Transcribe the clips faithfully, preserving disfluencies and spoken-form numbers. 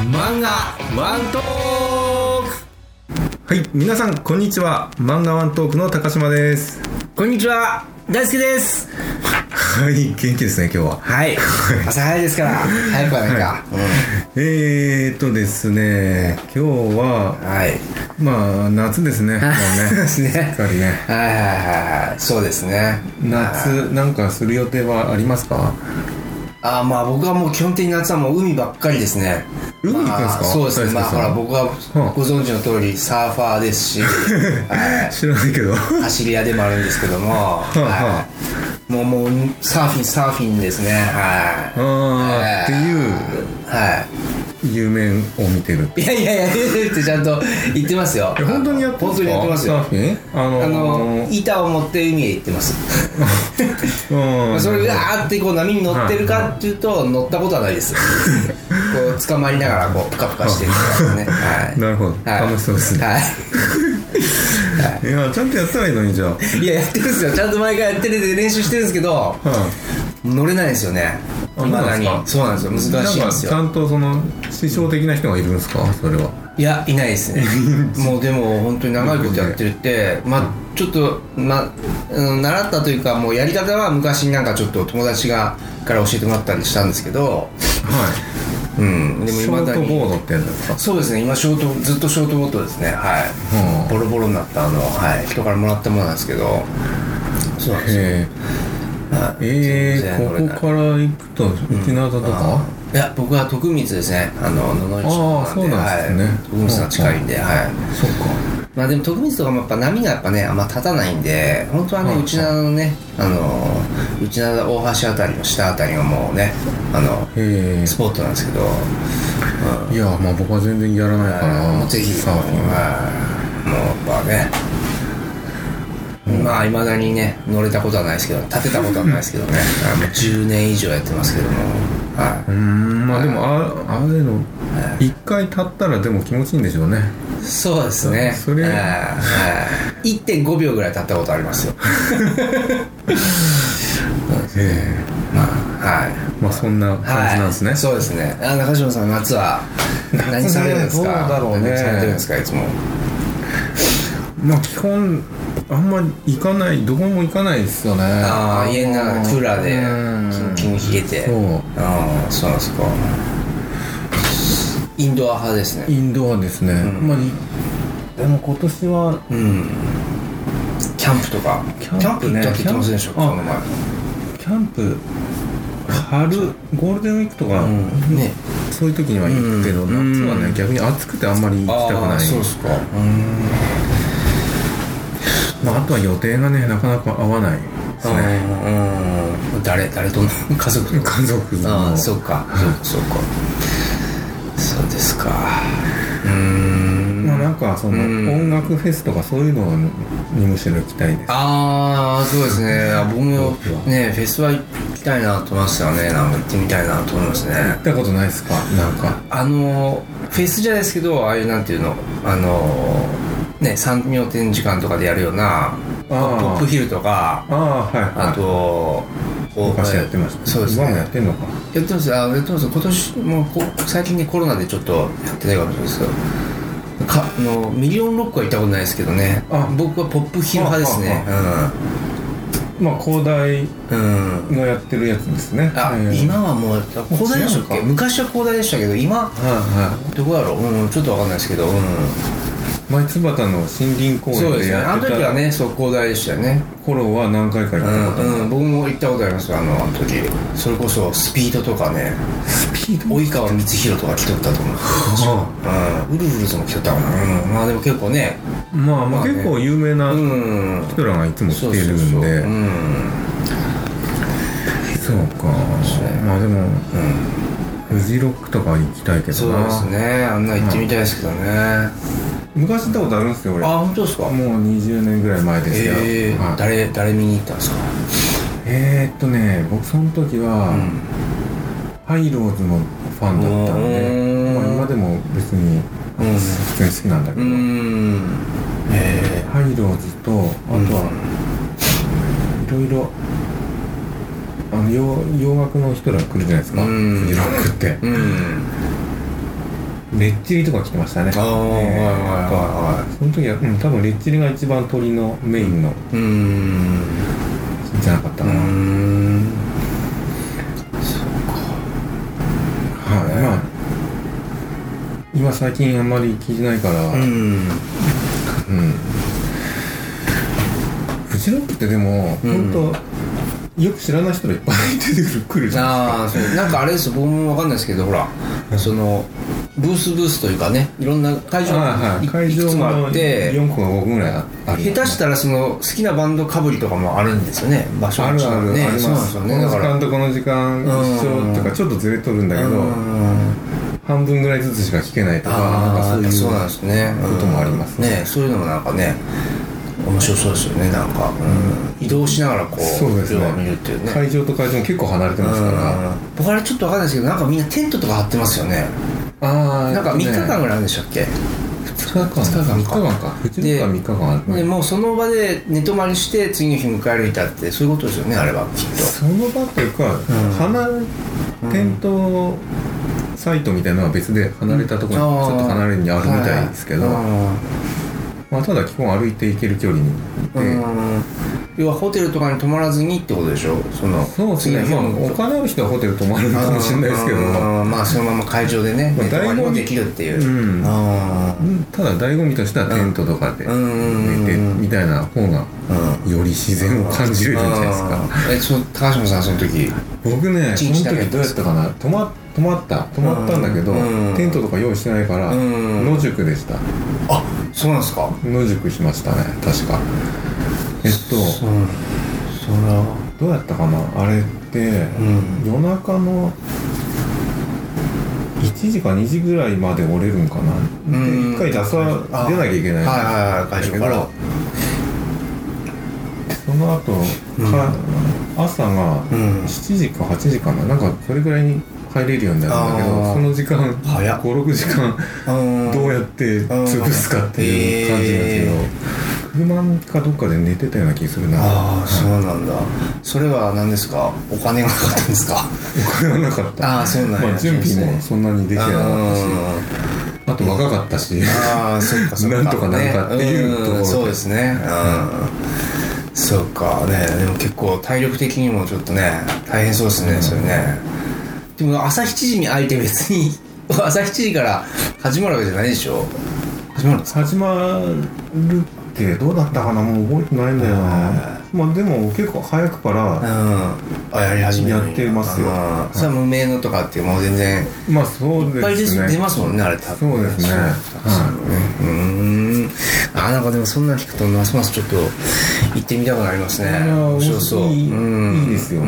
漫画ワントーはい、皆さんこんにちは。漫画ワントークの高島です。 ク。こんにちは、大輔です。 はい、元気ですね今日は。 はい朝早いですから早くはないか、はい、うん、 えーっとですね今日は、はい、まあ夏ですね。もうねですね。 しっかりね。 はいはいはいはい、そうですね。 夏なんかする予定はありますか？ あ、まあ僕はもう基本的に夏はもう海ばっかりですね。 海行くんですか？ まあ、そうですね。まあほら僕はご存知の通りサーファーですし、はい、知らないけど走り屋でもあるんですけども、はい、もうもうサーフィンサーフィンですね。はい。 あー、えー、っていうはい夢を見てる。 いやいやいやってちゃんと言ってますよ。 本当にやってますか？ 本当にやってますよ。 サーフィン？あのー、あの板を持って海へ行ってますそれがあってこう波に乗ってるかっていうと乗ったことはないですこう捕まりながらこうプカプカしてるからね、はい、 なるほど、はい、楽しそうですね、はいいやちゃんとやったらいいのに。じゃあいややってるんですよ。ちゃんと毎回やってるで練習してるんですけど、はあ、乗れないですよね。未だに。そうなんですよ。難しいんですよ。 ちゃんとその師匠的な人がいるんですか？それは。 いやいないですねもうでも本当に長いことやってるってまあちょっとまあ、うん、習ったというかもうやり方は昔になんかちょっと友達がから教えてもらったりしたんですけど、はい、うん、でも今だにショートボードってやつですか？ そうですね。今ショートずっとショートボードですね。はい、うん、ボロボロになったあの、はい、人からもらったものなんですけど。そうなんですよ。へー、えー、ここから行くと内灘とか、 うん、いや僕は徳光ですね。あの野々市なんで。ああそうなんですね、はい、 徳光が近いんで、はい、 そうか。 まあでも徳光とかもやっぱ波がやっぱねあんま立たないんで本当はね、うん、内灘のねあの内灘大橋あたりの下あたりがもうねあのスポットなんですけど、 うん、いやまあ僕は全然やらないから、 もうぜひサーフィンはもうやっぱね、うん、まあいまだにね乗れたことはないですけど立てたことはないですけどねもうじゅうねん以上やってますけども、 はい、うーんまあでもああれの一回立ったらでも気持ちいいんでしょうね。 そうですね。それ いってんごびょうぐらい経ったことありますよえー、まあはいまあそんな感じなんですね、はい、 そうですね。あ中島さん夏は何されるんですか？ どうだろうね。 何されてるんですかいつも？ まあ基本あんまり行かないどこも行かないですよね。 ああ家の中クーラーでキンキンに冷えて。そうああそうなんですか。インドア派ですね。 インドアですね、うん、まあでも今年は、 うん、キャンプとかキャンプねキャンプ行ったって言ってませんでしょうか？この前キャンプ春ゴールデンウィークとか、うんね、そういう時には行くけど、うん、夏はね逆に暑くてあんまり行きたくない。あそうですか。うんまあ、あとは予定がねなかなか合わないですね。 うん誰誰との家族と家族のあそうかそうかそうですか。うーんまあなんかその音楽フェスとかそういうのにむしろ行きたいです。 ああそうですね。僕もねフェスは行きたいなと思いますよね。なんか行ってみたいなと思いますね。 行ったことないですか？なんかあのフェスじゃないですけどああいうなんていうのあのね産業展示館とかでやるようなポップヒルとかあ, あ,、はいはい、 あと昔やってました。そうですね。今もやってんのか。 やってます。あやってます。今年もう最近ねコロナでちょっとやってないかもしれないですけど、かあのミリオンロックは行ったことないですけどね。あ僕はポップヒル派ですね。ああうん、まあ広大がやってるやつですね。 あ、えー、今はもう広大でしたっけ？昔は広大でしたけど今、はいはい、どこだろう、うん、ちょっと分かんないですけど、うん前津端の森林公園でやってた。そうですね。 あの時はね、そう広大でしたよね。 頃は何回か行ったことある、 うんうん。僕も行ったことありますよ。あのあの時。それこそスピードとかね。 スピード？ 及川光弘とか来とったと思う。はあ、うん。ウルフルズも来とったかな。うん。まあでも結構ね。 まあまあ、まあね、結構有名な人らがいつも来てるんで。うん。そうか。まあでも。うん。フジロックとか行きたいけどな。 そうですね。あんな行ってみたいですけどね。 昔行ったことあるんですよ俺。 あ本当ですか？ もうにじゅうねんぐらい前ですよ、 えーはい、誰誰見に行ったんですか？ えーっとね僕その時は、うん、ハイローズのファンだったんで、まあ、今でも別に、うん、普通に好きなんだけど、うん、えー、ハイローズとあとは、うん、いろいろあの 洋, 洋楽の人ら来るじゃないですか、フジロックって、うん、 レッチリとか来てましたね。 ああ、えー、はいはいはいはい。 その時は、うん、多分レッチリが一番鳥のメインのうーんじゃなかったかな。うーんそうか。 はい、まあ今最近あんまり聞いてないから、うん、うん、フジロックってでも、うん、本当よく知らない人がいっぱい出てくるじゃないですか。 あそうなんかあれですよ、僕も分かんないですけど、ほら、うん、そのブースブースというかね、いろんな会場がいくつもあって、 よんこかごこぐらいある、 ね、下手したらその好きなバンドかぶりとかもあるんですよね、場所が、ね、 あるある、ね、あります。 そうなんですよね、 この時間とこの時間一緒とかちょっとずれとるんだけど、半分ぐらいずつしか聞けないとか、なんかそういうそうなんですね、 こともありますね。 ね、そういうのもなんかね面白そうですよね、なんか、うん、移動しながらこうそうですね、 量を見るっていうね。 会場と会場も結構離れてますから、 僕あれちょっと分かんないですけど、なんかみんなテントとか張ってますよね。 ああ、 なんかみっかかんぐらいあるんでしたっけ。 ふつかかんかみっかかんかふつかかんみっかかんある、 ね、でもうその場で寝泊まりして次の日迎え歩いたって、そういうことですよね、あれはきっと。 その場というか、うん、離れテントサイトみたいなのは別で離れたところに、うん、ちょっと離れにあるみたいですけど、まあ、ただ基本歩いて行ける距離にいて、 要はホテルとかに泊まらずにってことでしょ。そのそうですね、まあ、お金ある人はホテル泊まるかもしれないですけど、 あまあそのまま会場でね、 まあ、 寝泊まりもできるっていう、うん、 あただ醍醐味としてはテントとかで寝てみたいな方がより自然を感じれるんじゃないですか。 えそ高島さんその時。 僕ねその時どうやったかな、泊ま泊まった泊まったんだけど、テントとか用意してないから野宿でした。 あ、そうなんですか。 野宿しましたね、確か。えっと、そそらどうやったかな、あれって、うん、夜中のいちじかにじぐらいまで折れるんかな。で一回出さ出なきゃいけないんだけど、その後、うん、か朝がしちじかはちじかな、なんかそれぐらいに入れるようになるんだけど、その時間ご、ろくじかんどうやって潰すかっていう感じなんですけど、車かどっかで寝てたような気がするな。 ああ、そうなんだ。それは何ですか、お金がなかったんですか。 お金はなかった。 ああ、そうなんだ、 まあ、準備もそんなにできなかったし、あと若かったし、 ああ、そっかそっか、 なんとかなんかっていうところで、 そうですね、うん、そうかね。でも結構体力的にもちょっとね大変そうですね、うん、それね。でも朝しちじに開いて別に朝しちじから始まるわけじゃないでしょ。始まるんですか。 始まるってどうだったかな、もう覚えてないんだよな。まあでも結構早くから、うん、 あやり始めるやってますよ。 それは無名のとかっていうもう全然まあそうですね、いっぱい出ますもんね、あれ多分。そうですね、はい、 うーん、あ、なんかでもそんなの聞くとますますちょっと行ってみたくなりますね。面白そう。 いい、 うん、 いいですよ。 うん、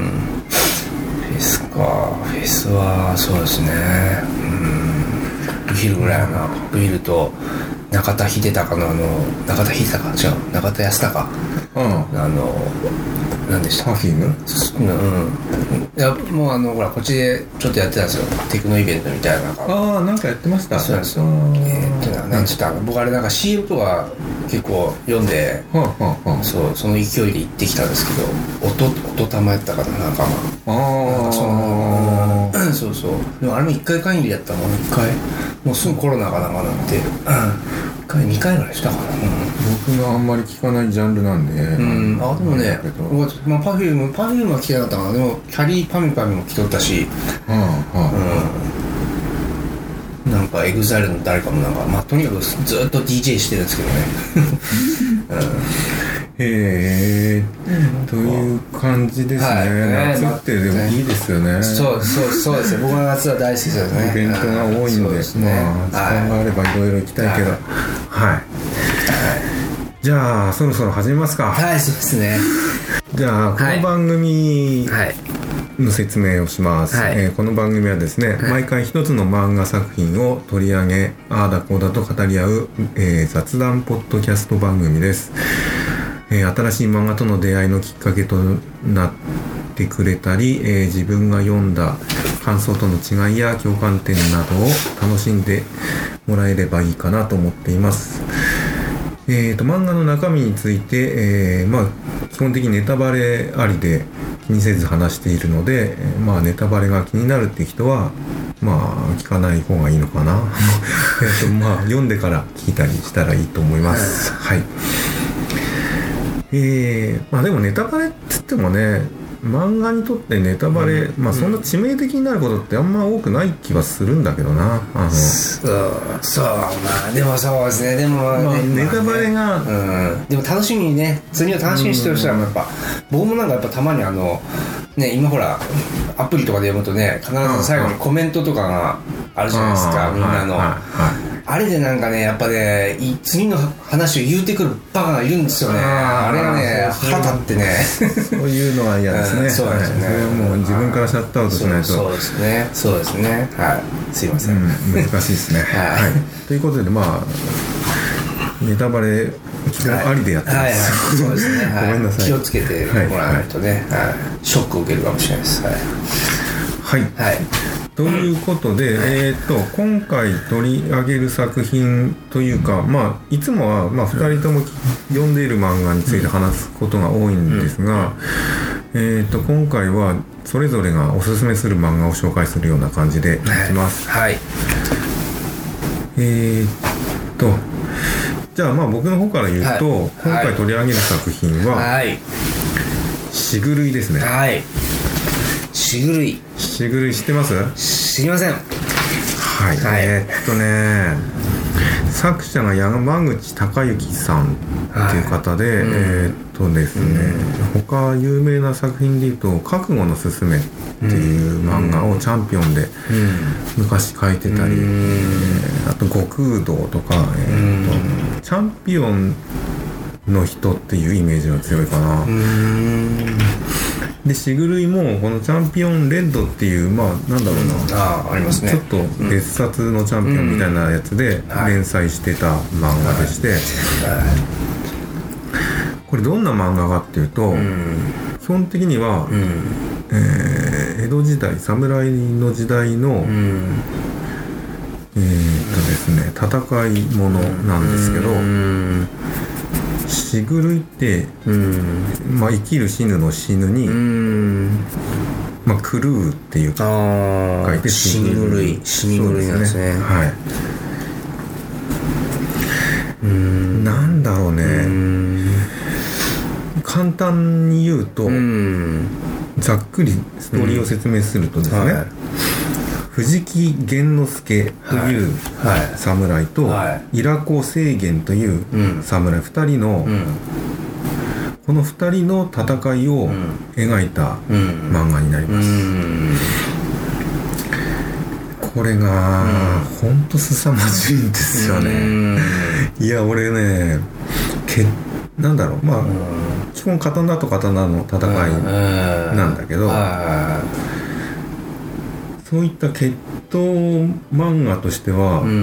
フェスか、フェスはそうですね、うん、ビルぐらいな、ビルと中田秀隆のあの中田秀隆違う中田康隆、うん、あの何でしたパフィーム、 うん、いやもうあのほらこっちでちょっとやってたんですよ、テクノイベントみたいな。 ああ、なんかやってました。 そうなんですよ。えー、って何つったの、僕あれなんか シーエム とか結構読んで、はあはあはあ、そうその勢いで行ってきたんですけど、音音玉やったかな、なんかまあ、あなんかそのそうそう、でもあれもいっかい限りやったの、いっかいもうすぐコロナかなんかなって、うん、いっかいにかいぐらいしたかな、うん、 僕があんまり聞かないジャンルなんで、 うん、あでもね、まあ、パフュームパフュームは来てなかったかな。でもキャリーパミュパミュも来とったし、はあはあ、うん、なんかエグザイルの誰かもなんか、まあとにかくずっと ディージェー してるんですけどね、うん、へえ、という感じですね、はい、夏ってでもいいですよね、 ね、そうそうそうですね、僕は夏は大好きですよね。 イベントが多いん で, で、ね、まあ、時間があればいろいろ行きたいけど、はい、はいはい、じゃあそろそろ始めますか。 はい、そうですね。 じゃあこの番組の説明をします、はい、えー、この番組はですね、はい、毎回一つの漫画作品を取り上げ、ああだこうだと語り合う、えー、雑談ポッドキャスト番組です、えー、新しい漫画との出会いのきっかけとなってくれたり、えー、自分が読んだ感想との違いや共感点などを楽しんでもらえればいいかなと思っています。えーと、漫画の中身について、えーまあ、基本的にネタバレありで気にせず話しているので、えーまあ、ネタバレが気になるって人は、 まあ聞かない方がいいのかなえっとまあ読んでから聞いたりしたらいいと思います。はい。えー、まあでもネタバレっつってもね、漫画にとってネタバレ、うん、まあそんな致命的になることってあんま多くない気はするんだけどな。あのそうそうまあでもそうですねでも、 まあ、ネタバレが、 うん、でも楽しみにね次を楽しみにしてる人はやっぱ、うん、僕もなんかやっぱたまにあのね今ほらアプリとかで読むとね必ず最後にコメントとかがあるじゃないですかみんなの。はいはいはいあれでなんかねやっぱね次の話を言うてくるバカがいるんですよね。 あ, あれがね腹立ってねそういうのは嫌ですね、うん、 そうですね、 はい、それはもう自分からシャットアウトしないと。 そうですねそうですねはいすいません、 うん、難しいですね、はいはい、ということでまあネタバレありでやってます、はいはいはい、そうですね、はい、ごめんなさい気をつけてもらわないとね、はいはいはい、ショックを受けるかもしれないですはいはい、はいということで、えー、と今回取り上げる作品というか、まあ、いつもは、まあ、ふたりとも読んでいる漫画について話すことが多いんですが、うんえー、と今回はそれぞれがおすすめする漫画を紹介するような感じでいきます。 はいはい、 えー、とじゃあまあ僕の方から言うと、はい、今回取り上げる作品は、はい、しぐるいですね。 はいしぐるいしぐるい知ってます？ 知りません。 はい、はい、えー、っとね作者が山口隆之さんっていう方で、はいうん、えー、っとですね、うん、他有名な作品でいうと覚悟のすすめっていう漫画をチャンピオンで昔書いてたり、うんえー、あと悟空道とか、えー、っとチャンピオンの人っていうイメージが強いかな。うんでしぐるいもこのチャンピオンレッドっていうまあなんだろうな、 あありますね、 ちょっと別冊のチャンピオンみたいなやつで連載してた漫画でして、これどんな漫画かっていうと、基本的には、えー、江戸時代侍の時代の、えーっとですね戦いものなんですけど、しぐるいって、うんまあ、生きる死ぬの死ぬに、うんまあ、狂うっていう書いて死に狂い死に狂いなんですね。 はい、うんなんだろうねうん簡単に言うとうんざっくりストーリーを説明するとですね、うんはい藤木玄之介という侍と伊良湖清源という侍ふたりのこのふたりの戦いを描いた漫画になります。これがほんと凄まじいんですよね。いや俺ねけなんだろうまあ基本刀と刀の戦いなんだけどそういった決闘漫画としては、うん、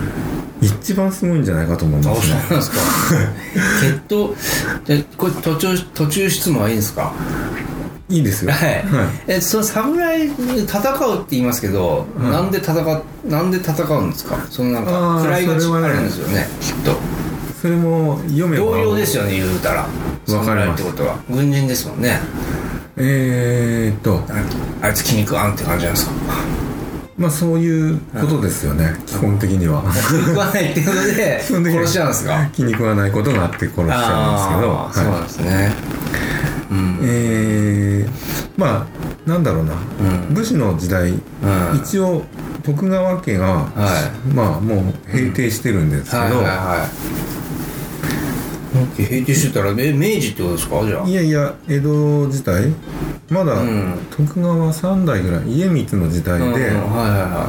一番すごいんじゃないかと思いますね。 あ、そうなんですか。決闘でこれ途中途中質問はいいんですか？ いいですよ。 はい。はい、えその侍戦うって言いますけど、はい、なんで戦なんで戦うんですか？そのなんか位があるんですよね。きっと。 それも読めば同僚ですよね言うたら。侍ってことは軍人ですもんね。 えーっとあいつ気に食わんって感じなんですか？ まあそういうことですよね、うん、基本的には気に食わないってことで殺しちゃうんですか？ 気に食わないことがあって殺しちゃうんですけど、 そうなんですね、 うん、えー、まあなんだろうな、うん、武士の時代、うん、一応徳川家が、はい、まあもう平定してるんですけど、うんはいはいはい平定してたら明治ってことですか？じゃあいやいや江戸時代まだ徳川さん代ぐらい家光の時代で、うんはいはいはい、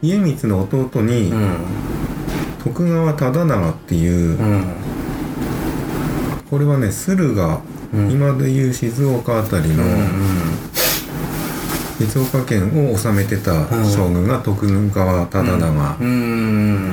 家光の弟に、うん、徳川忠長っていう、うん、これはね駿河、うん、今でいう静岡あたりの、うんうん、静岡県を治めてた将軍が徳川忠長、うんうん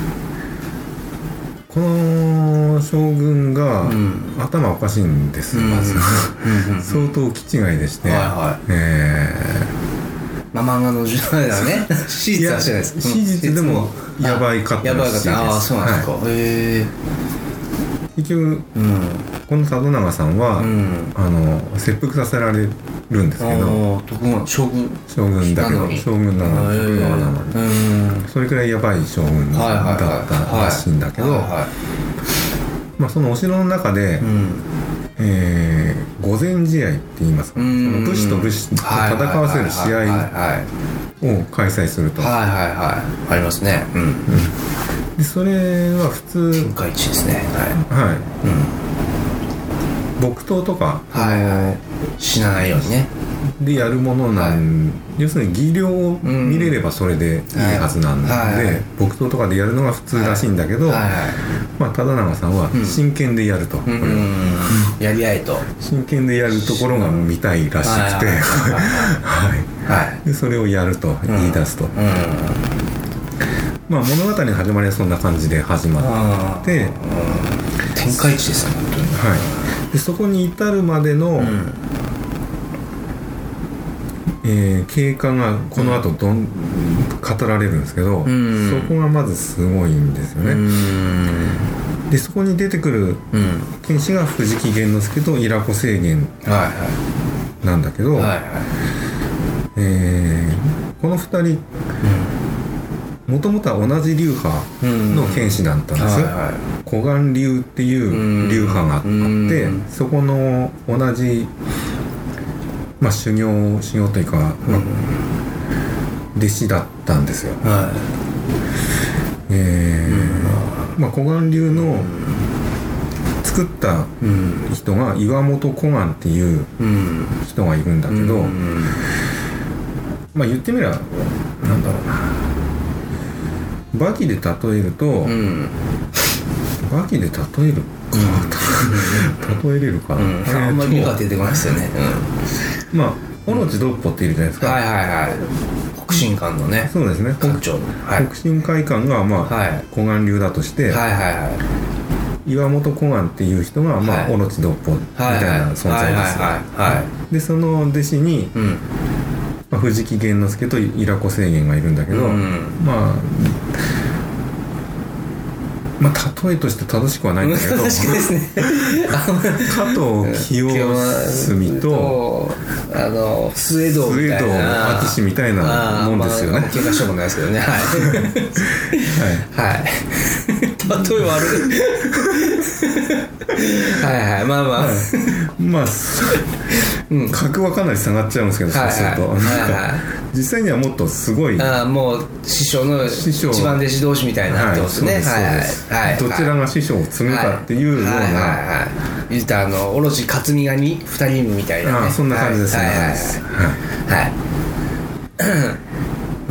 この将軍が、うん、頭おかしいんですよ、まず、うん、相当気違いでして、はいはいえー、まあ漫画の時代だね史実はしてないです。 史実でもやばいかったやばいかったああそうなんですか、はい、へえ結局、 うん、 この里長さんは、うん、あの切腹させられるんですけど、 徳川将軍将軍だけど将軍なのに徳川なのに、うん、それくらいやばい将軍だったらしいんだけど、まあそのお城の中で、うん、えー、御前試合って言いますか、その武士と武士と戦わせる試合を開催すると、 はいはいはいありますね。うん、うん、 でそれは普通天下一ですね。はい、 はい、うん、木刀とか、 はいはい、死なないようにねでやるものなん、はい、要するに技量を見れればそれでいいはずなんで、はいはい、木刀とかでやるのが普通らしいんだけど、はいはいはい、まあ忠長さんは真剣でやると、うん、これをやり合いと真剣でやるところが見たいらしくて、はい、でそれをやると言い出すと、うんうん、まあ物語の始まりはそんな感じで始まって、 天下一ですね本当に、 はい、でそこに至るまでの、うん、えー、経過がこの後どん、うん、語られるんですけど、うん、そこがまずすごいんですよね。うん、でそこに出てくる剣士が藤木玄之介と伊良湖清源なんだけど、はいはい、えー、このふたりもともとは同じ流派の剣士だったんですよ。湖岸流っていう流派があって、そこの同じまあ、修行修行というか、まあ、弟子だったんですよ。はい、えー、まあ湖岸流の作った人が岩本湖岸っていう人がいるんだけど、まあ言ってみればなんだろうな、バキで例えると、うん、バキで例えるか、うん、例えれるかな、うん、 あんまりが出てこないですよね。 うん、まあ小野地独歩っているじゃないですか。 はいはいはい。北進館のね。 そうですね。 館長の、 はい、北進会館がまあ、はい、湖岸流だとして、はいはいはい、岩本湖岸っていう人がまあ、はい、小野地独歩みたいな存在です。でその弟子に、うん、まあ、藤木玄之介と伊良湖清源がいるんだけど、うん、まあ。まあ、例えとして正しくはないんだけど、 確かですね、 加藤清澄とあのスウェードみたいな明石みたいなもんですよね。 まあ、喧嘩したことないですけどね。はいはい、はい、例え悪いはいはい、まあまあ、はい、まあ、 うん、格はかなり下がっちゃうんですけど、そうすると、はいはいはい、実際にはもっとすごい、 あもう師匠の一番弟子同士みたいになってますね。 はい、どちらが師匠を継ぐかっていうような、はいはいはいはい、 言ったあのおろし克実がにふたりみたいなね。 あそんな感じですね。はいはいはい、はいうん、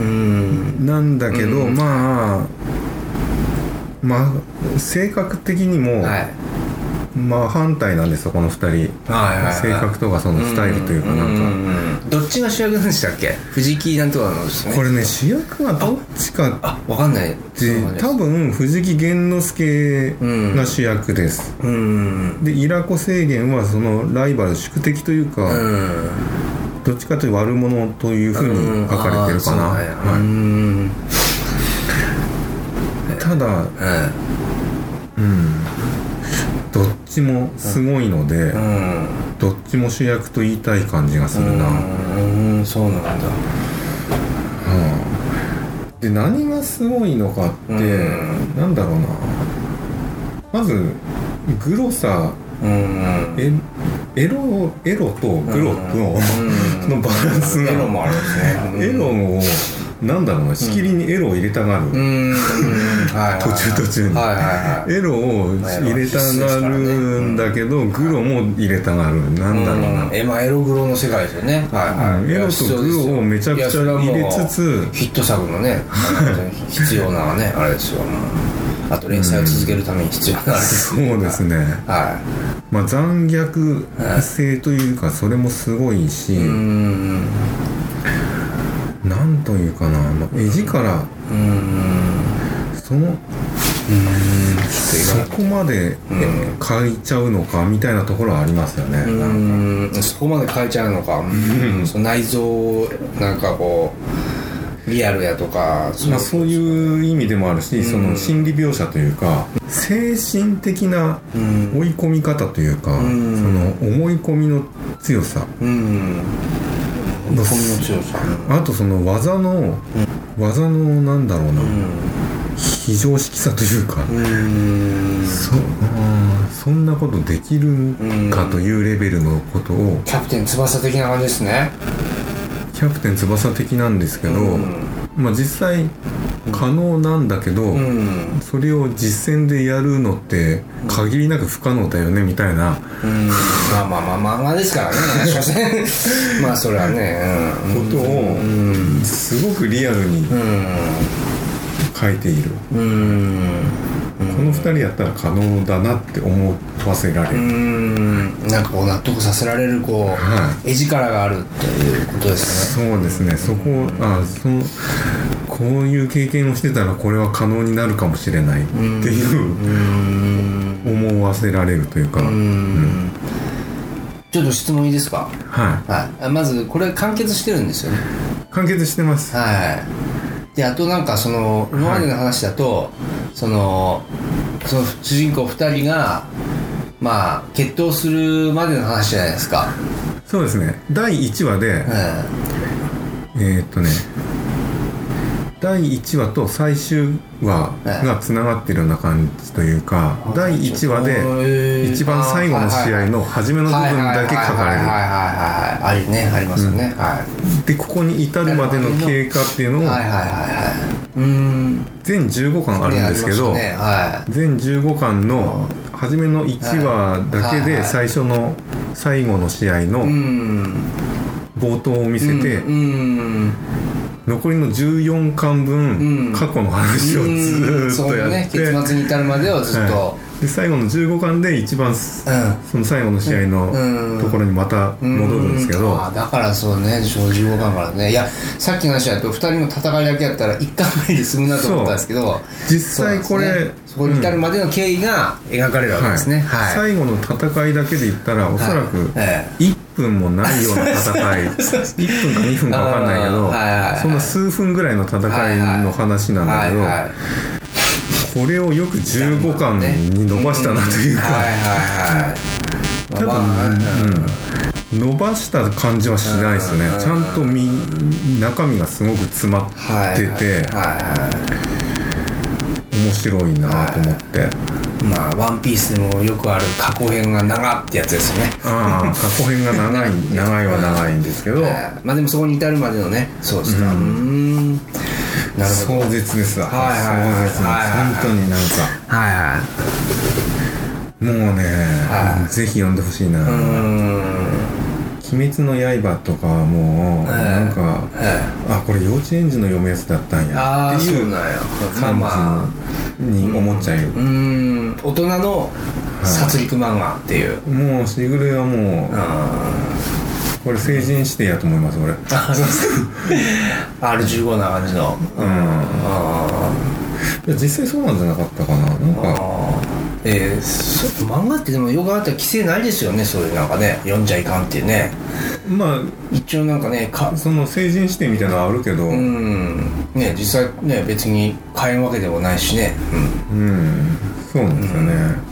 なんだけど、うん、まあまあ性格的にも、はい、まあ反対なんですよこのふたり、はいはいはい、性格とかそのスタイルというかなんか、うんうんうん、どっちが主役なんでしたっけ？藤木なんとかなんですね。 これね主役はどっちかあ分かんない多分藤木玄之介が主役です、うん、で伊良湖清源はそのライバル宿敵というか、うん、どっちかというと悪者というふうに書かれてるかな、うんはいうん、ただ、うん、どっちもすごいので、うん、どっちも主役と言いたい感じがするな。 うん、そうなんだ。 はあ、で何がすごいのかって、うん、なんだろうな。まずグロさ、うん、エ, エロエロとグロの、うん、そのバランスが、 エロもあるんですね。うん、 エロをなんだろうな、しきりにエロを入れたがる、うん、途中途中に、はいはいはい、エロを入れたがるんだけど、うん、グロも入れたがる、なんだろうな、 うん、えまあ、エログロの世界ですよね、はいはい、 エロとグロをめちゃくちゃ入れつつヒット作のね必要なねあれですよ、あと連載を続けるために必要なあれです、 ね、うん、そうですね、はい、まあ、残虐性というかそれもすごいし、うん、なんというかな、絵力、うん、その、うん、そこまで描いちゃうのかみたいなところはありますよね。 うん、そこまで描いちゃうのか、うん、その内臓をなんかこうリアルやとかそう、まあ、そういう意味でもあるし、うん、その心理描写というか精神的な追い込み方というか、うん、その思い込みの強さ、うん、 思い込みの強さ、 あとその技の、うん、技のなんだろうな、うん、非常識さというか、うん、そ, あそんなことできるかというレベルのことを、 キャプテン翼的な感じですね。 キャプテン翼的なんですけど、うん、まあ実際可能なんだけど、うん、それを実践でやるのって限りなく不可能だよねみたいな、 うん、まあまあまあ漫画ですからね所詮まあそれはね、 うん、ことを、うん、すごくリアルに書いている、うん、このふたりやったら可能だなって思わせられる、うん、 なんかこう納得させられるこう、はい、絵力があるっていうことですね。そうですね、そこ、うん、あそのこういう経験をしてたらこれは可能になるかもしれないっていう思わせられるというか、うんうん、 ちょっと質問いいですか。 はい、 はい、まずこれ完結してるんですよね。 完結してます。 はい。であとなんかその今までの話だと、はい、そのその主人公ふたりがまあ決闘するまでの話じゃないですか。 そうですね。だいいちわで、うん、えー、っとねだいいちわと最終話がつながってるような感じというか、うん、だいいちわで一番最後の試合の初めの部分だけ書かれる。 ありね、ありますよね、うん、はい。 でここに至るまでの経過っていうのを、はいはいはいはい、うーん全じゅうごかんあるんですけど、ねはい、全じゅうごかんの初めのいちわだけで最初の最後の試合の冒頭を見せて、うんうん残りのじゅうよんかんぶん、うん、過去の話をずーっとやって、うん、 そうね、結末に至るまでをずっと、はい、 で最後のじゅうごかんで一番、うん、その最後の試合のところにまた戻るんですけど、うんうん、 あだからそうねじゅうごかんからね。いやさっきの話だとふたりの戦いだけやったらいっかんめで済むなと思ったんですけど、 実際これそ,、ね、そこに至るまでの経緯が描かれるわけですね、うんはい、 最後の戦いだけで言ったらおそらくいっぷんもないような戦いいっぷんかにふんか分かんないけど、はいはいはい、その数分ぐらいの戦いの話なんだけど、はいはいはい、これをよくじゅうごかんに伸ばしたなというか、ただ、うん、伸ばした感じはしないですね。ちゃんとみ中身がすごく詰まってて、はいはいはい、面白いなと思って、はいまあ、ワンピースでもよくある過去編が長ってやつですよね。 ああ、過去編が長い長いは長いんですけど、 まあでもそこに至るまでのね、そうですか。うん、 なるほど。壮絶ですわ。はいはいはい、壮絶なんです。本当になんか、はいはい。もうね、はい、ぜひ読んでほしいな。うーん。鬼滅の刃とかはもうなんか、あこれ幼稚園児の読むやつだったんやっていう感じに思っちゃう。うーん大人の殺戮漫画っていう、 もうしぐれはもうこれ成人してやと思います俺。あそうですアールじゅうご な感じの、うん、 あいや実際そうなんじゃなかったかな。なんかえー、そ漫画ってでもよくあったら規制ないですよね。そういうなんかね読んじゃいかんっていうね。 まあ一応なんかねかその成人視点みたいなのはあるけど、 うんね実際ね別に変えんわけでもないしね。 うん、うん、そうなんですよね。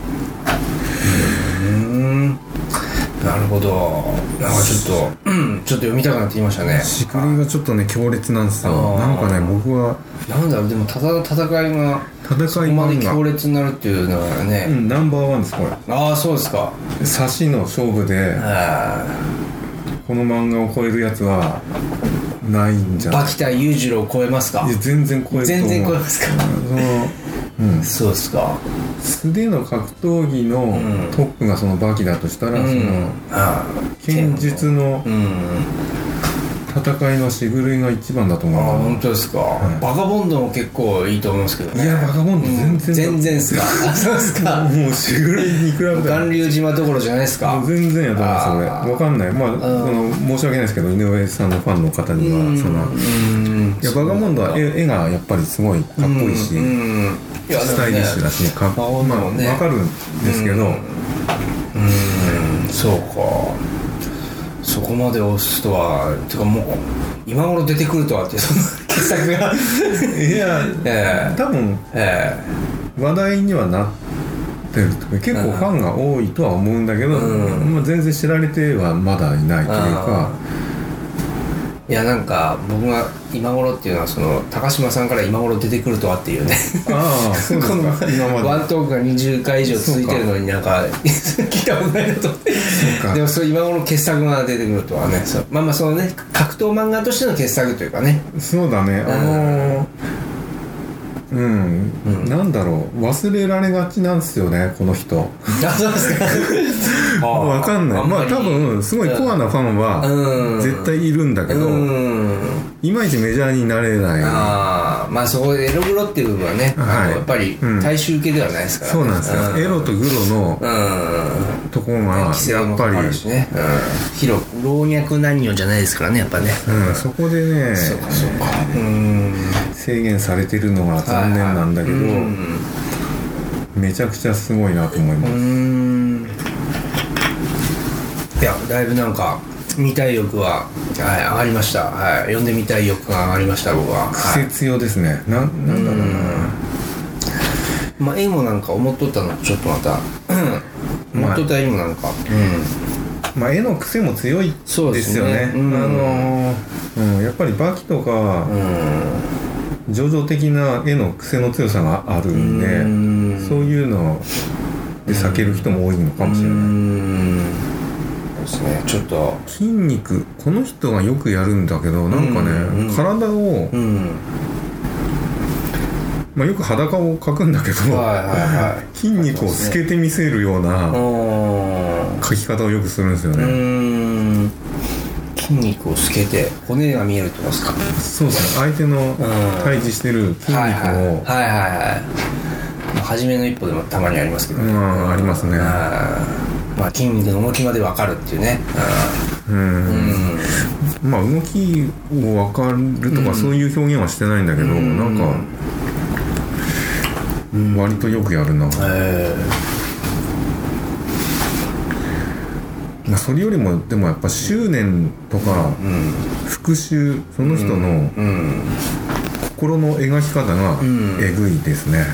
うん、うんなるほど。なんかちょっと、うん、ちょっと読みたくなってきましたね。 しぐれがちょっとね強烈なんですよ。なんかね僕はなんだろうでもただ戦いが戦いそこまで強烈になるっていうのはね、 うん、ナンバーワンですこれ。 ああそうですか。 差しの勝負でこの漫画を超えるやつはないんじゃない。 バキ対裕次郎を超えますか。 いや全然超えると思う。 全然超えますか。そのうん、そうですか。 素手の格闘技のトップがそのバキだとしたら、うん、その剣術の戦いのしぐれが一番だと思う。 あ本当ですか、はい、バカボンドも結構いいと思うんですけどね。 いやバカボンド全然、 うん、全然ですか。そうですか。 もうしぐれに比べたら巌流島どころじゃないですか。 全然やと思いますそれ。分かんない。まあ、その申し訳ないですけど井上さんのファンの方にはそのうんいやバカボンドは 絵, 絵がやっぱりすごいかっこいいし、うんうんいやスタイリッシュだし、かっこいい、まあ分かるんですけど、うん、 うんそうか。そこまで押すとはてかもう今頃出てくるとはっていうその傑作がいや、えー、多分、えー、話題にはなってるとか結構ファンが多いとは思うんだけど、うんまあ、全然知られてはまだいないというか、 いやなんか僕が今頃っていうのはその高島さんから今頃出てくるとはっていうねああそうこのワントークがにじゅっかい以上続いてるのになんか聞いたことないなとでもそれ今頃傑作が出てくるとはねそうまあまあそのね格闘漫画としての傑作というかねそうだねあのーうん、うん、なんだろう忘れられがちなんですよねこの人あそうですかわかんないまあ多分すごいコアなファンは絶対いるんだけど、うん、いまいちメジャーになれないあまあそこでエログロっていう部分はね、はい、やっぱり大衆系ではないですからね、 うん、そうなんですよ、うん、エロとグロの、うん、ところがやっぱり、 ねうん、広く老若男女じゃないですからねやっぱね、 うん、そこでねそうかそうかうん制限されてるのが残念なんだけど、はいはい、めちゃくちゃすごいなと思います。うーんいやだいぶなんか見たい欲は、はい、上がりました、はい、読んでみたい欲が上がりました僕は癖強ですね、はい、な, なんだろうなまあ絵もなんか思っとったのとちょっとまた思っとった絵もなんか、 うんまあ、絵の癖も強いですよね。 そうですね、うん、 あのーうん、やっぱりバキとか、うん情緒的な絵の癖の強さがあるんでうんそういうので避ける人も多いのかもしれない。うんですねちょっと筋肉この人がよくやるんだけどなんかね、うん、体を、うんまあ、よく裸を描くんだけど、はいはいはい、筋肉を透けて見せるような描き方をよくするんですよね。うん筋肉を透けて骨が見えるってことですか。 そうですね相手の対峙してる筋肉を、うん、はいはいはい、 はい、初めの一歩でもたまにありますけど、 うん、ありますね。 まあ、筋肉の動きまで分かるっていうね、うんうんうん、まあ動きを分かるとか、うん、そういう表現はしてないんだけど、うん、なんか、うん、割とよくやるな、えーそれよりもでもやっぱ執念とか、うん、復讐その人の、うんうん、心の描き方がえぐいですね、うん、え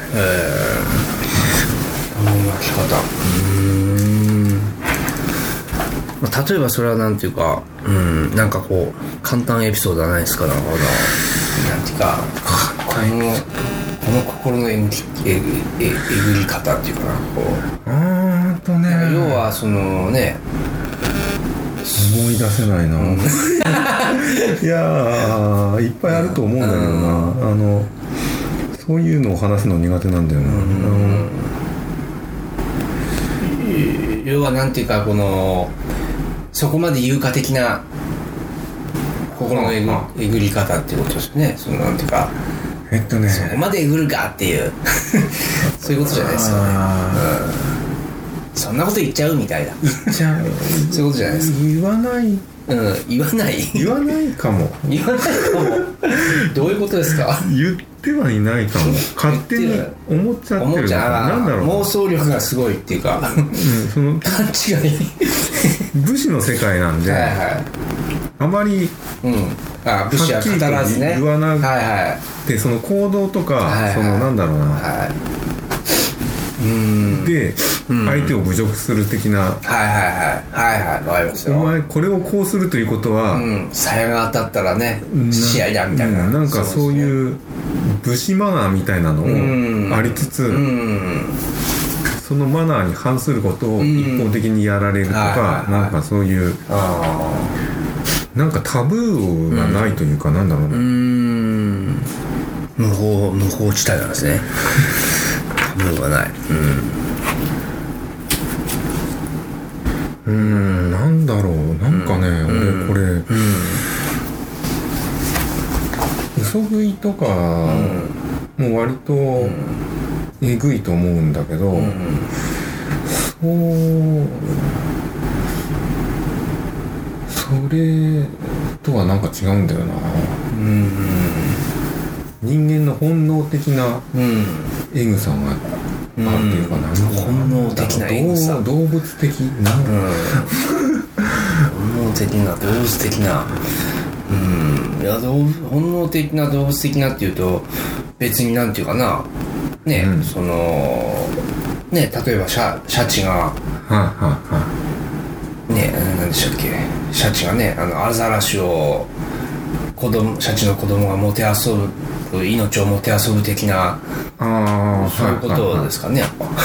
ー、描き方うーん、まあ、例えばそれはなんていうか、うん、なんかこう簡単エピソードはないですか。なんかなんていうかこのこの心のえぐり、えぐり、えぐり方っていうかなこうあーとね要はそのね思い出せないな、うん、いやーいっぱいあると思うんだけどな、うん、あのそういうのを話すの苦手なんだよな、うん、 要はなんていうかこのそこまで優雅的な心のえ ぐ, えぐり方っていうことですね。そのなんていうかえっとねそこまでえぐるかっていうそういうことじゃないですかね、うんそんなこと言っちゃうみたいな言っちゃうそういうことじゃないですか。 言わない、うん、 言わない言わないかも言わないかもどういうことですか。 言ってはいないかも勝手に思っちゃってる思っちゃなんだろう妄想力がすごいっていうか、うん、その勘違い武士の世界なんで、はいはい、あまり、 うん、あ武士は語らずね言わなくて、はいはい、その行動とか、はいはい、そのなんだろうな、はいうんで、うん、相手を侮辱する的な、はいはいはいはいはいわかりますよ。 お前これをこうするということは、 うん、鞘が当たったらね試合だみたいな、 うん、なんかそういう武士マナーみたいなのをありつつ、うん、そのマナーに反することを一方的にやられるとか、うん、なんかそういうあなんかタブーがないというか、うん、なんだろうね、うーん無法無法地帯なんですねタブーがない、 うん、うーんなんだろうなんかね、うん、俺これ、うん、嘘食いとか、うん、もう割とえぐいと思うんだけど、うん、そうそれとはなんか違うんだよな、うん、人間の本能的なエグさがあるっていうかな、うん、 本能的なエグさ動物的な、うん、 本能能的な動物的な、うん、いや動物本能的な動物的なっていうと別になんていうかなね、うん、そのね例えばシャシャチが、はあはあ、 ね何でしたっけシャチがねあのアザラシを子供シャチの子供がもてあそぶ命をもてあそぶ的なあそういうことですかね、はいはいはい、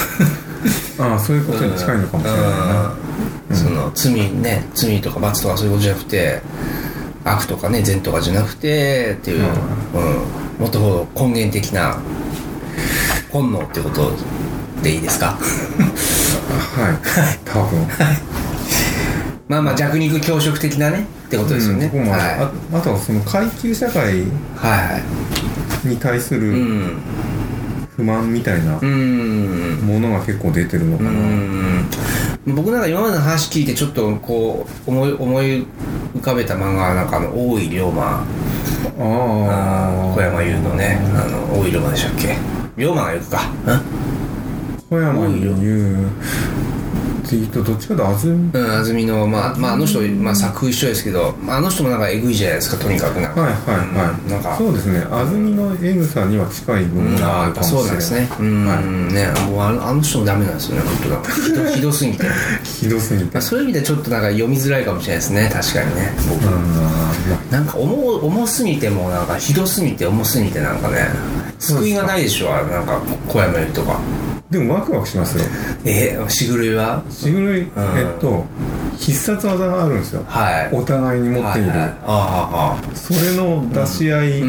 ああそういうことに近いのかもしれないな、 うん、その罪ね罪とか罰とかそういうことじゃなくて悪とかね善とかじゃなくてっていう、うんうん、もっとこう根源的な本能ってことでいいですかはい多分まあまあ弱肉強食的なねってことですよね、 うんはい、 あ, あとはその階級社会に対する不満みたいなものが結構出てるのかな。 うん僕なんか今までの話聞いてちょっとこう思い思い浮かべた漫画なんかの大井龍馬あ小山優のねあの大井龍馬でしたっけ龍馬が言うか小山優っていうとどっちかと安住うん安住のまあまああの人、まあ、作風一緒ですけどあの人もなんかエグいじゃないですかとにかくなんかはいはいはい、うん、なんかそうですね安住のエグさには近い部分があるかもしれない、うん、そうなんですねうん、はい、ねもうあの人もダメなんですよね本当だひど、ひどすぎてひどすぎてそういう意味でちょっとなんか読みづらいかもしれないですね確かにね僕なんか 重, 重すぎてもなんかひどすぎて重すぎてなんかね救いがないでしょなんか小山由里とかでもワクワクしますよえー、しぐるいはしぐるい、うん、えっと必殺技があるんですよ、はい、お互いに持っている、はいはい、ああそれの出し合い、うん、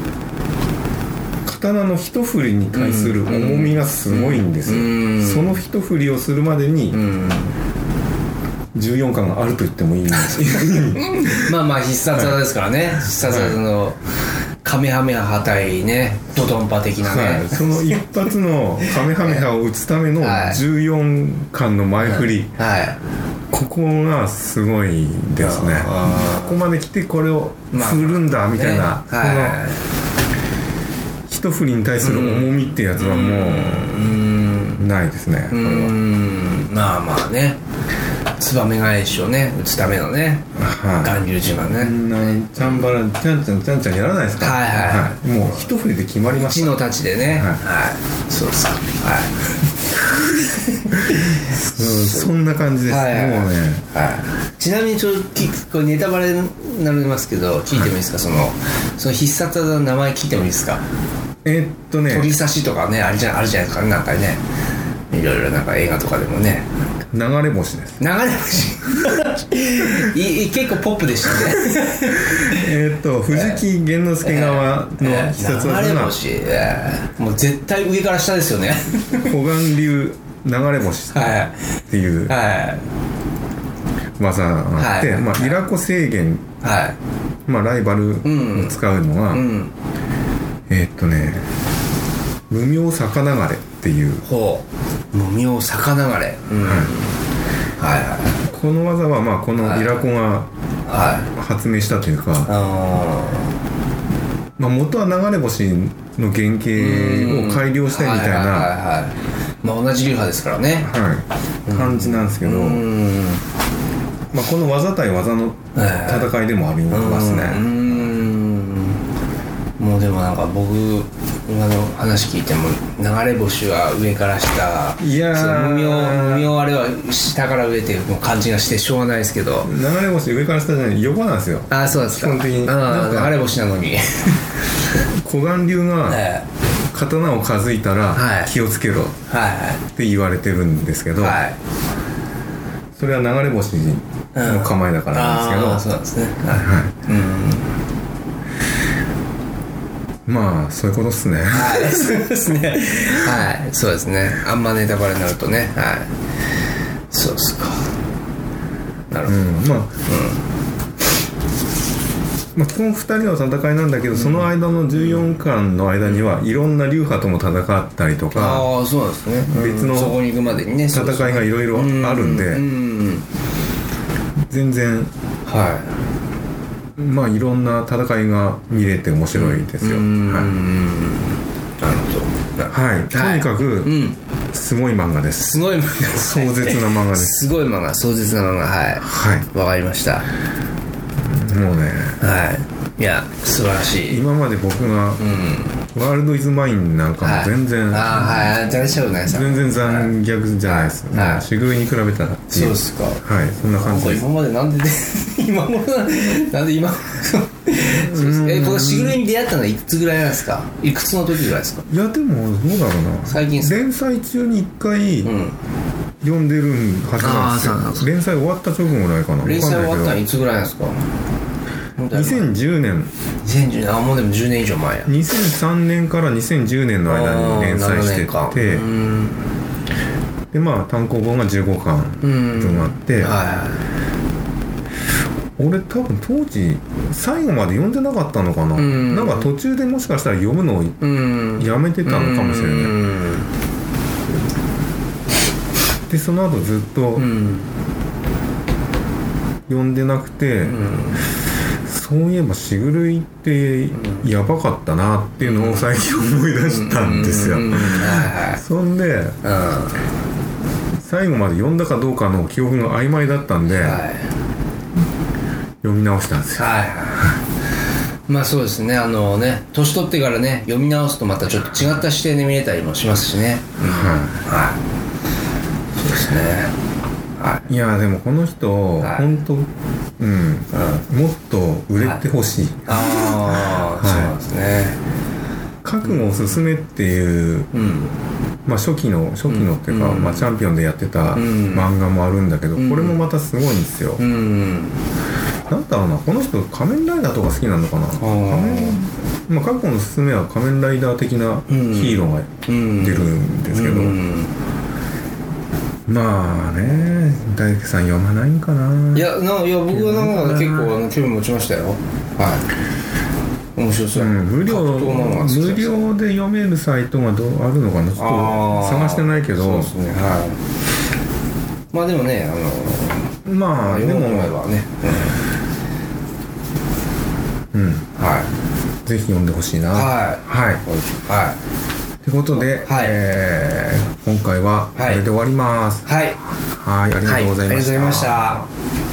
刀の一振りに対する重みがすごいんですよ、うん、その一振りをするまでに、うんじゅうよんかんがあると言ってもいいんですまあまあ必殺技ですからね、はい、必殺技の、はいカメハメハ対ねドドンパ的なね、はい、 その一発のカメハメハを打つためのじゅうよんかんの前振り、はいはい、ここがすごいですねここまで来てこれを振るんだみたいな、まあねはい、一振りに対する重みってやつはもうないですねこれはうんまあまあねツバメ返しをね打つためのね巌流島ねなんちゃんばらちゃんちゃんちゃんちゃんやらないですかはいはい、はい、 もう一振りで決まりました地の太刀でねはい、はい、そうですかはいうんそんな感じです、はいはい、もうね、 はい、ちなみにちょっとネタバレになりますけど聞いてもいいですか、はい、そのその必殺技の名前聞いてもいいですかえー、っとね鳥刺しとかねあれじゃあるじゃないですかねなんかねいろいろなんか映画とかでもね流れ星です流れ星いい結構ポップでしたねえっと藤木玄之介側の必殺技が、 流れ星、えー、もう絶対上から下ですよね小雁流流れ星っていう、はい、技があって、はいまあ、イラコ制限、はいまあ、ライバルに使うのが、うんうん、えー、っとね無名逆流れっていうほう無名逆流れ、うんはいはいはい、 この技はまあこのイラコが発明したというか、はいまあ、元は流れ星の原型を改良したいみたいな、はいはいはいはいまあ、同じ流派ですからね、 はい、感じなんですけど、うんまあ、この技対技の戦いでもありますね、うんうんもうでもなんか僕今の話聞いても流れ星は上から下いやー無名無名あれは下から上っていう感じがしてしょうがないですけど流れ星上から下じゃない横なんですよああそうですか基本的にあ流れ星なのに小雁流が刀をかずいたら気をつけろって言われてるんですけど、はいはい、それは流れ星の構えだからなんですけど、 うん、あそうなんですねはい、はいうん、まあそういうことっすねはいそうですねはいそうですねあんまネタバレになるとねはいそうですかなるほど、うん、まあ、うんまあ、基本ふたりの戦いなんだけど、うん、その間のじゅうよんかんの間にはいろんな流派とも戦ったりとか、 ああそうなんですね、 別のそこに行くまでにね戦いがいろいろあるんで、うんうん、全然はいまあいろんな戦いが見れて面白いですよ、うん、はい、 なるほどはい、とにかく、はいうん、 すごい漫画です。 すごい漫画壮絶な漫画です。 すごい漫画、壮絶な漫画、はいはいわかりました。 もうね、 はいいや素晴らしい。 今まで僕が、うん、ワールドイズマインなんかも全然、 はい、ああはい全然しゃべないです。 全然残虐じゃないです。はいはい、しぐるいに比べたらそうですか。 はいそんな感じです。 今までなんでで今頃なんで今えこのしぐるいに出会ったのはいくつぐらいなんですか。いくつの時ぐらいですか。 いやでもどうだろうな、 最近連載中にいっかい、うん読んでるはずなんですよ。連載終わった直後ぐらいかな。 連載終わったのいつぐらいなんですか。 にせんじゅうねん。 にせんじゅうねんあもうでもじゅうねん以上前や。 にせんさんねんからにせんじゅうねんの間に連載してて、でまあ単行本がじゅうごかん分あって、はい、俺多分当時最後まで読んでなかったのかな。なんか途中でもしかしたら読むのをやめてたのかもしれない。でその後ずっと、うん、読んでなくて、うん、そういえばしぐるいってやばかったなっていうのを最近思い出したんですよ。そんで、うん、最後まで読んだかどうかの記憶が曖昧だったんで、はい、読み直したんですよ。はいはいまあそうですね、あのね年取ってからね読み直すとまたちょっと違った視点で見れたりもしますしね。うん、はいはいそうですね、はい、いやでもこの人、はい、本当、うんうん、もっと売れてほしい、はい、 ああ、はい、そうなんですね。 覚悟を進めっていう、うん、まあ初期の初期のっていうか、うんまあ、チャンピオンでやってた漫画もあるんだけど、うん、これもまたすごいんですよ、うん、なんだろうなこの人仮面ライダーとか好きなのかな。仮面、まあ、覚悟の進めは仮面ライダー的なヒーローが出るんですけど、うんうんまあね、大輔さん読まないんかな。 いや、ないや僕はなんか結構あの興味持ちましたよ。はい。面白そう。うん、 無料無料で読めるサイトがどうあるのかな。ちょっと探してないけど。そうですね。はい。 まあでもね、あのまあでもはね。 うん。うん、はい。ぜひ読んでほしいな。はい。はい。はい。ということで、はいえー、今回はこれで終わります。 はい、 はい、ありがとうございました。 はい、ありがとうございました。